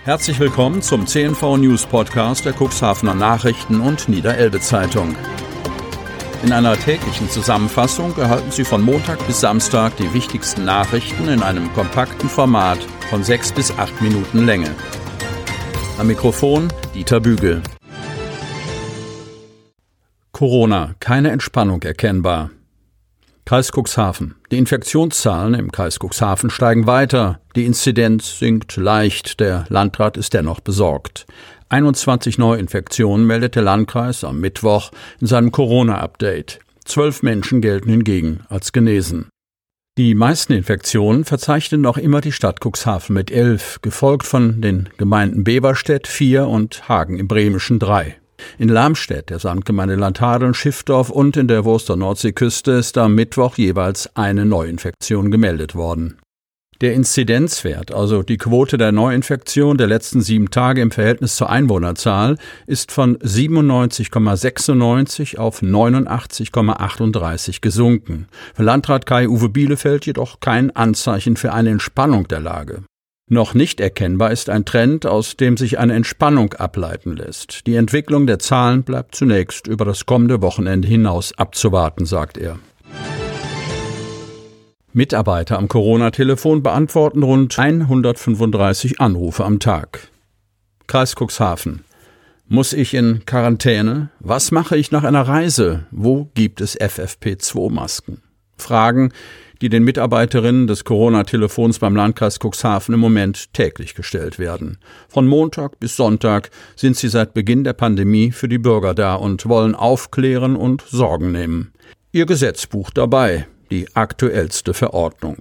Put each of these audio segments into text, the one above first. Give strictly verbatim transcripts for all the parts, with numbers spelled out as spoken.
Herzlich willkommen zum C N V News Podcast der Cuxhavener Nachrichten und Niederelbe Zeitung. In einer täglichen Zusammenfassung erhalten Sie von Montag bis Samstag die wichtigsten Nachrichten in einem kompakten Format von sechs bis acht Minuten Länge. Am Mikrofon Dieter Bügel. Corona, keine Entspannung erkennbar. Kreis Cuxhaven. Die Infektionszahlen im Kreis Cuxhaven steigen weiter. Die Inzidenz sinkt leicht. Der Landrat ist dennoch besorgt. einundzwanzig Neuinfektionen meldet der Landkreis am Mittwoch in seinem Corona-Update. Zwölf Menschen gelten hingegen als genesen. Die meisten Infektionen verzeichnet noch immer die Stadt Cuxhaven mit elf, gefolgt von den Gemeinden Beverstedt vier und Hagen im Bremischen drei. In Lamstedt, der Samtgemeinde Landhadeln, Schiffdorf und in der Wurster Nordseeküste ist am Mittwoch jeweils eine Neuinfektion gemeldet worden. Der Inzidenzwert, also die Quote der Neuinfektion der letzten sieben Tage im Verhältnis zur Einwohnerzahl, ist von siebenundneunzig Komma sechsundneunzig auf neunundachtzig Komma achtunddreißig gesunken. Für Landrat Kai-Uwe Bielefeld jedoch kein Anzeichen für eine Entspannung der Lage. Noch nicht erkennbar ist ein Trend, aus dem sich eine Entspannung ableiten lässt. Die Entwicklung der Zahlen bleibt zunächst über das kommende Wochenende hinaus abzuwarten, sagt er. Mitarbeiter am Corona-Telefon beantworten rund hundertfünfunddreißig Anrufe am Tag. Kreis Cuxhaven. Muss ich in Quarantäne? Was mache ich nach einer Reise? Wo gibt es F F P zwei Masken? Fragen, die den Mitarbeiterinnen des Corona-Telefons beim Landkreis Cuxhaven im Moment täglich gestellt werden. Von Montag bis Sonntag sind sie seit Beginn der Pandemie für die Bürger da und wollen aufklären und Sorgen nehmen. Ihr Gesetzbuch dabei, die aktuellste Verordnung.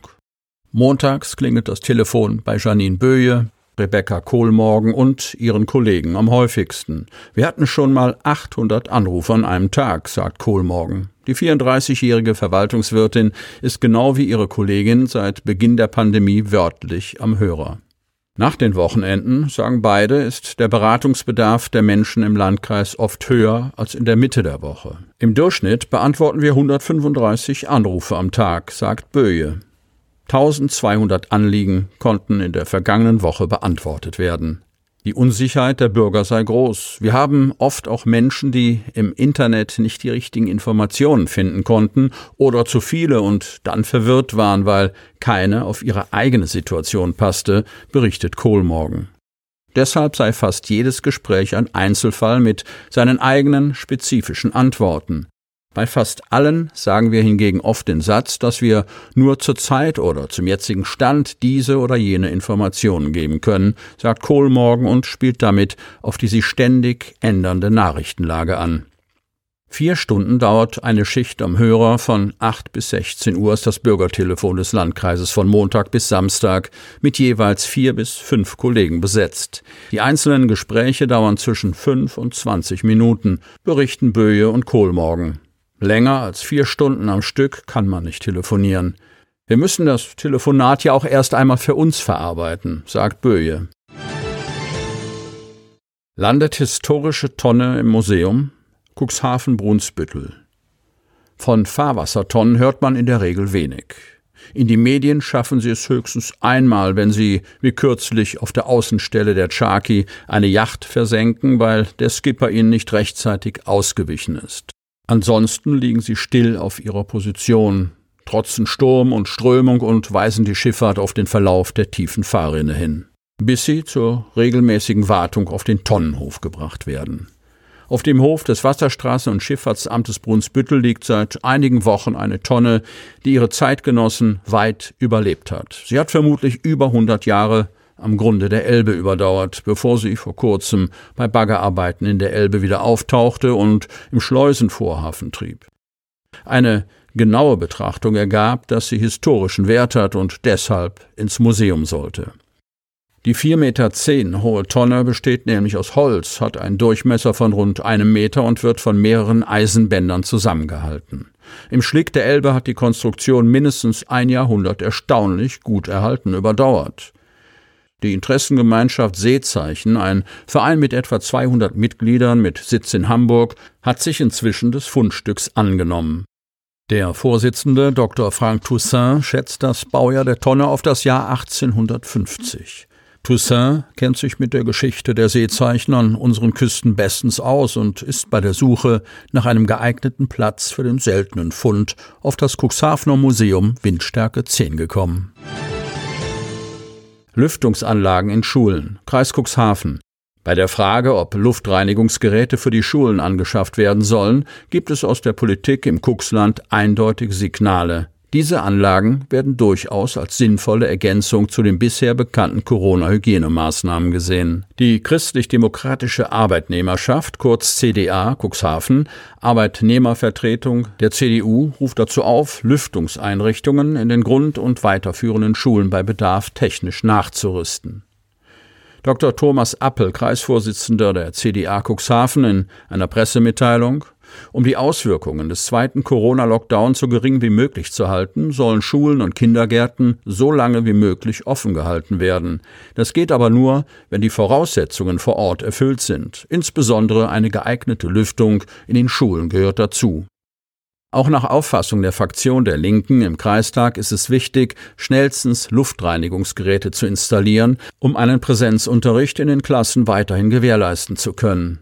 Montags klingelt das Telefon bei Janine Böje, Rebecca Kohlmorgen und ihren Kollegen am häufigsten. Wir hatten schon mal achthundert Anrufe an einem Tag, sagt Kohlmorgen. Die vierunddreißigjährige Verwaltungswirtin ist genau wie ihre Kollegin seit Beginn der Pandemie wörtlich am Hörer. Nach den Wochenenden, sagen beide, ist der Beratungsbedarf der Menschen im Landkreis oft höher als in der Mitte der Woche. Im Durchschnitt beantworten wir hundertfünfunddreißig Anrufe am Tag, sagt Böje. eintausendzweihundert Anliegen konnten in der vergangenen Woche beantwortet werden. Die Unsicherheit der Bürger sei groß. Wir haben oft auch Menschen, die im Internet nicht die richtigen Informationen finden konnten oder zu viele und dann verwirrt waren, weil keine auf ihre eigene Situation passte, berichtet Kohlmorgen. Deshalb sei fast jedes Gespräch ein Einzelfall mit seinen eigenen spezifischen Antworten. Bei fast allen sagen wir hingegen oft den Satz, dass wir nur zur Zeit oder zum jetzigen Stand diese oder jene Informationen geben können, sagt Kohlmorgen und spielt damit auf die sich ständig ändernde Nachrichtenlage an. Vier Stunden dauert eine Schicht am Hörer, von acht bis sechzehn Uhr ist das Bürgertelefon des Landkreises von Montag bis Samstag mit jeweils vier bis fünf Kollegen besetzt. Die einzelnen Gespräche dauern zwischen fünf und zwanzig Minuten, berichten Böje und Kohlmorgen. Länger als vier Stunden am Stück kann man nicht telefonieren. Wir müssen das Telefonat ja auch erst einmal für uns verarbeiten, sagt Böje. Landet historische Tonne im Museum? Cuxhaven-Brunsbüttel. Von Fahrwassertonnen hört man in der Regel wenig. In die Medien schaffen sie es höchstens einmal, wenn sie, wie kürzlich auf der Außenstelle der Charky, eine Yacht versenken, weil der Skipper ihnen nicht rechtzeitig ausgewichen ist. Ansonsten liegen sie still auf ihrer Position, trotzen Sturm und Strömung und weisen die Schifffahrt auf den Verlauf der tiefen Fahrrinne hin, bis sie zur regelmäßigen Wartung auf den Tonnenhof gebracht werden. Auf dem Hof des Wasserstraßen- und Schifffahrtsamtes Brunsbüttel liegt seit einigen Wochen eine Tonne, die ihre Zeitgenossen weit überlebt hat. Sie hat vermutlich über hundert Jahre am Grunde der Elbe überdauert, bevor sie vor kurzem bei Baggerarbeiten in der Elbe wieder auftauchte und im Schleusenvorhafen trieb. Eine genaue Betrachtung ergab, dass sie historischen Wert hat und deshalb ins Museum sollte. Die vier Meter zehn hohe Tonne besteht nämlich aus Holz, hat einen Durchmesser von rund einem Meter und wird von mehreren Eisenbändern zusammengehalten. Im Schlick der Elbe hat die Konstruktion mindestens ein Jahrhundert erstaunlich gut erhalten überdauert. Die Interessengemeinschaft Seezeichen, ein Verein mit etwa zweihundert Mitgliedern mit Sitz in Hamburg, hat sich inzwischen des Fundstücks angenommen. Der Vorsitzende, Doktor Frank Toussaint, schätzt das Baujahr der Tonne auf das Jahr achtzehnhundertfünfzig. Toussaint kennt sich mit der Geschichte der Seezeichen an unseren Küsten bestens aus und ist bei der Suche nach einem geeigneten Platz für den seltenen Fund auf das Cuxhavener Museum Windstärke zehn gekommen. Lüftungsanlagen in Schulen, Kreis Cuxhaven. Bei der Frage, ob Luftreinigungsgeräte für die Schulen angeschafft werden sollen, gibt es aus der Politik im Cuxland eindeutige Signale. Diese Anlagen werden durchaus als sinnvolle Ergänzung zu den bisher bekannten Corona-Hygienemaßnahmen gesehen. Die christlich-demokratische Arbeitnehmerschaft, kurz C D A Cuxhaven, Arbeitnehmervertretung der C D U, ruft dazu auf, Lüftungseinrichtungen in den grund- und weiterführenden Schulen bei Bedarf technisch nachzurüsten. Doktor Thomas Appel, Kreisvorsitzender der C D A Cuxhaven, in einer Pressemitteilung: Um die Auswirkungen des zweiten Corona-Lockdowns so gering wie möglich zu halten, sollen Schulen und Kindergärten so lange wie möglich offen gehalten werden. Das geht aber nur, wenn die Voraussetzungen vor Ort erfüllt sind. Insbesondere eine geeignete Lüftung in den Schulen gehört dazu. Auch nach Auffassung der Fraktion der Linken im Kreistag ist es wichtig, schnellstens Luftreinigungsgeräte zu installieren, um einen Präsenzunterricht in den Klassen weiterhin gewährleisten zu können.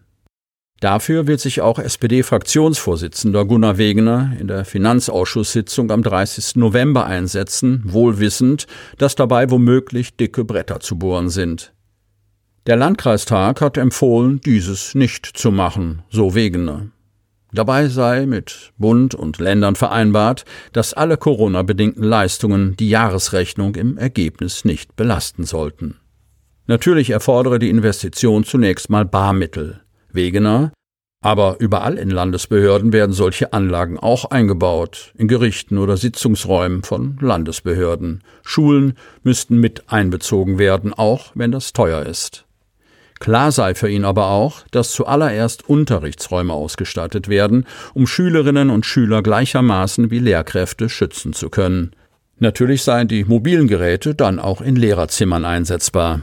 Dafür wird sich auch S P D-Fraktionsvorsitzender Gunnar Wegener in der Finanzausschusssitzung am dreißigsten November einsetzen, wohl wissend, dass dabei womöglich dicke Bretter zu bohren sind. Der Landkreistag hat empfohlen, dieses nicht zu machen, so Wegener. Dabei sei mit Bund und Ländern vereinbart, dass alle Corona-bedingten Leistungen die Jahresrechnung im Ergebnis nicht belasten sollten. Natürlich erfordere die Investition zunächst mal Barmittel. Wegener: Aber überall in Landesbehörden werden solche Anlagen auch eingebaut, in Gerichten oder Sitzungsräumen von Landesbehörden. Schulen müssten mit einbezogen werden, auch wenn das teuer ist. Klar sei für ihn aber auch, dass zuallererst Unterrichtsräume ausgestattet werden, um Schülerinnen und Schüler gleichermaßen wie Lehrkräfte schützen zu können. Natürlich seien die mobilen Geräte dann auch in Lehrerzimmern einsetzbar.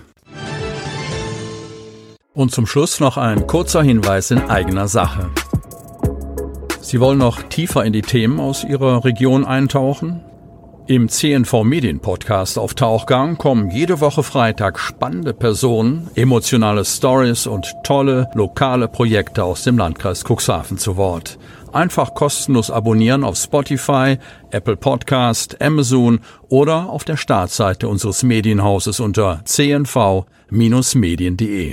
Und zum Schluss noch ein kurzer Hinweis in eigener Sache. Sie wollen noch tiefer in die Themen aus Ihrer Region eintauchen? Im C N V Medien Podcast auf Tauchgang kommen jede Woche Freitag spannende Personen, emotionale Stories und tolle lokale Projekte aus dem Landkreis Cuxhaven zu Wort. Einfach kostenlos abonnieren auf Spotify, Apple Podcast, Amazon oder auf der Startseite unseres Medienhauses unter c n v Bindestrich medien punkt de.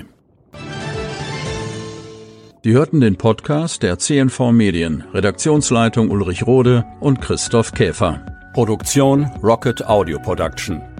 Sie hörten den Podcast der C N V Medien, Redaktionsleitung Ulrich Rode und Christoph Käfer. Produktion Rocket Audio Production.